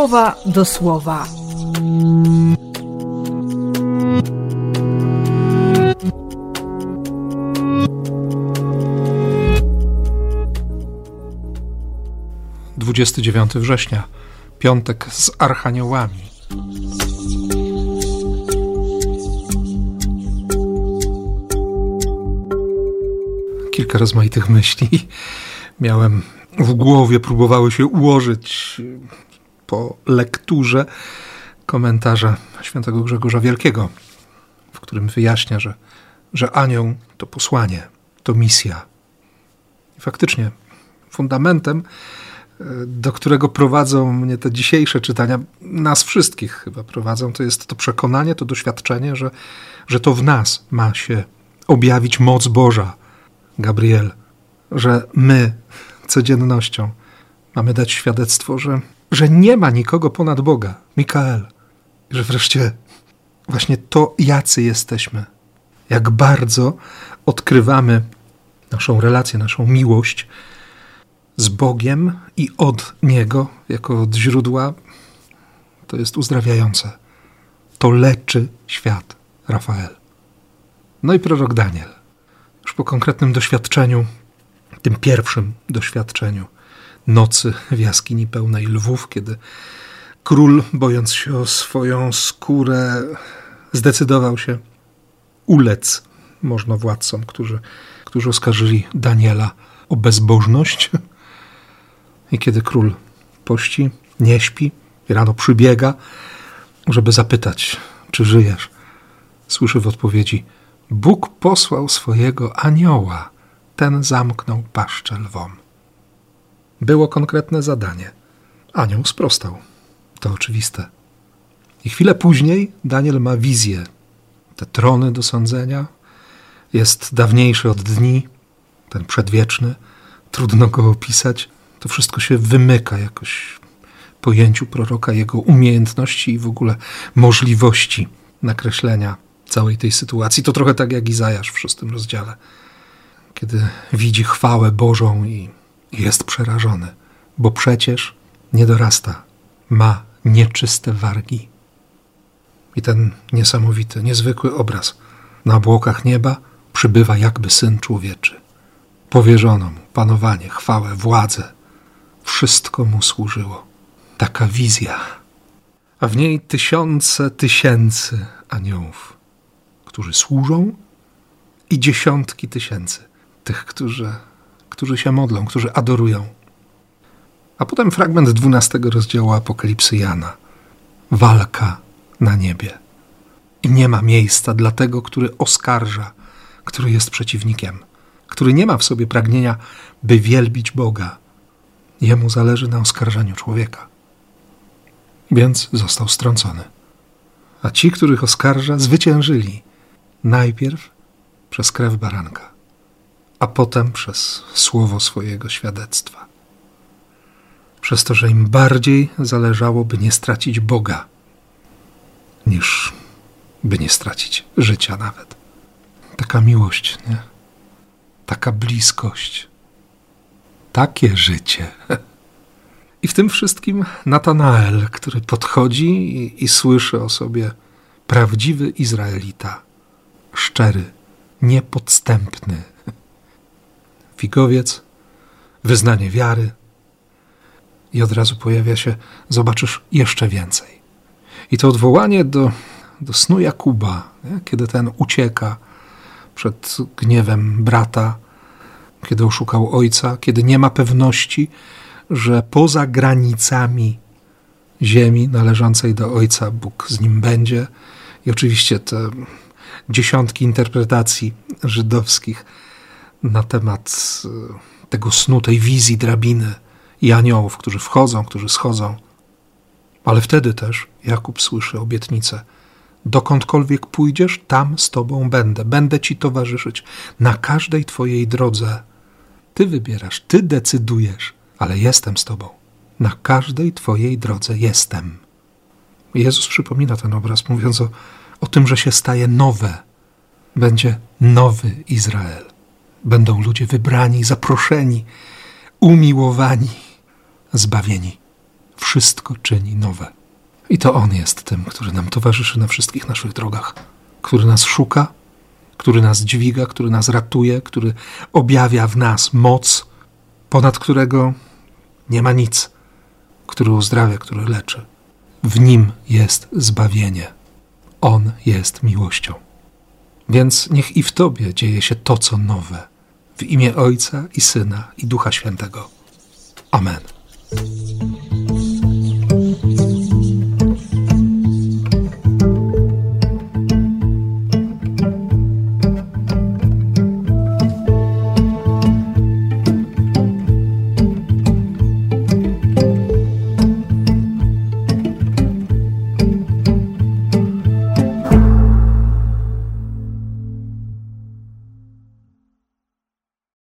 Słowa do słowa. Dwudziesty 29 września, piątek z archaniołami. Kilka rozmaitych myśli miałem w głowie, próbowały się ułożyć po lekturze komentarza świętego Grzegorza Wielkiego, w którym wyjaśnia, że anioł to posłanie, to misja. I faktycznie fundamentem, do którego prowadzą mnie te dzisiejsze czytania, nas wszystkich chyba prowadzą, to jest to przekonanie, to doświadczenie, że to w nas ma się objawić moc Boża, Gabriel, że my codziennością mamy dać świadectwo, że nie ma nikogo ponad Boga, Mikael, że wreszcie właśnie to, jacy jesteśmy, jak bardzo odkrywamy naszą relację, naszą miłość z Bogiem i od Niego, jako od źródła, to jest uzdrawiające. To leczy świat, Rafael. No i prorok Daniel. Już po konkretnym doświadczeniu, tym pierwszym doświadczeniu nocy w jaskini pełnej lwów, kiedy król, bojąc się o swoją skórę, zdecydował się ulec możnowładcom, którzy oskarżyli Daniela o bezbożność. I kiedy król pości, nie śpi i rano przybiega, żeby zapytać, czy żyjesz, słyszy w odpowiedzi: Bóg posłał swojego anioła, ten zamknął paszczę lwom. Było konkretne zadanie. Anioł sprostał. To oczywiste. I chwilę później Daniel ma wizję. Te trony do sądzenia. Jest dawniejszy od dni, ten przedwieczny. Trudno go opisać. To wszystko się wymyka jakoś pojęciu proroka, jego umiejętności i w ogóle możliwości nakreślenia całej tej sytuacji. To trochę tak jak Izajasz w 6 rozdziale, kiedy widzi chwałę Bożą i jest przerażony, bo przecież nie dorasta, ma nieczyste wargi. I ten niesamowity, niezwykły obraz na obłokach nieba przybywa jakby Syn Człowieczy. Powierzono mu panowanie, chwałę, władzę. Wszystko mu służyło. Taka wizja. A w niej tysiące tysięcy aniołów, którzy służą, i dziesiątki tysięcy tych, którzy się modlą, którzy adorują. A potem fragment 12 rozdziału Apokalipsy Jana. Walka na niebie. I nie ma miejsca dla tego, który oskarża, który jest przeciwnikiem, który nie ma w sobie pragnienia, by wielbić Boga. Jemu zależy na oskarżaniu człowieka. Więc został strącony. A ci, których oskarża, zwyciężyli. Najpierw przez krew baranka, a potem przez słowo swojego świadectwa. Przez to, że im bardziej zależało, by nie stracić Boga, niż by nie stracić życia nawet. Taka miłość, nie? Taka bliskość. Takie życie. I w tym wszystkim Natanael, który podchodzi i słyszy o sobie: prawdziwy Izraelita, szczery, niepodstępny. Figowiec, wyznanie wiary i od razu pojawia się, zobaczysz, jeszcze więcej. I to odwołanie do snu Jakuba, nie? Kiedy ten ucieka przed gniewem brata, kiedy oszukał ojca, kiedy nie ma pewności, że poza granicami ziemi należącej do ojca Bóg z nim będzie. I oczywiście te dziesiątki interpretacji żydowskich na temat tego snu, tej wizji drabiny i aniołów, którzy wchodzą, którzy schodzą. Ale wtedy też Jakub słyszy obietnicę: dokądkolwiek pójdziesz, tam z tobą będę. Będę ci towarzyszyć na każdej twojej drodze. Ty wybierasz, ty decydujesz, ale jestem z tobą. Na każdej twojej drodze jestem. Jezus przypomina ten obraz, mówiąc o tym, że się staje nowe. Będzie nowy Izrael. Będą ludzie wybrani, zaproszeni, umiłowani, zbawieni. wszystko czyni nowe. I to On jest tym, który nam towarzyszy na wszystkich naszych drogach, który nas szuka, który nas dźwiga, który nas ratuje, który objawia w nas moc, ponad którego nie ma nic, który uzdrawia, który leczy. W Nim jest zbawienie. On jest miłością. Więc niech i w Tobie dzieje się to, co nowe. W imię Ojca i Syna i Ducha Świętego. Amen.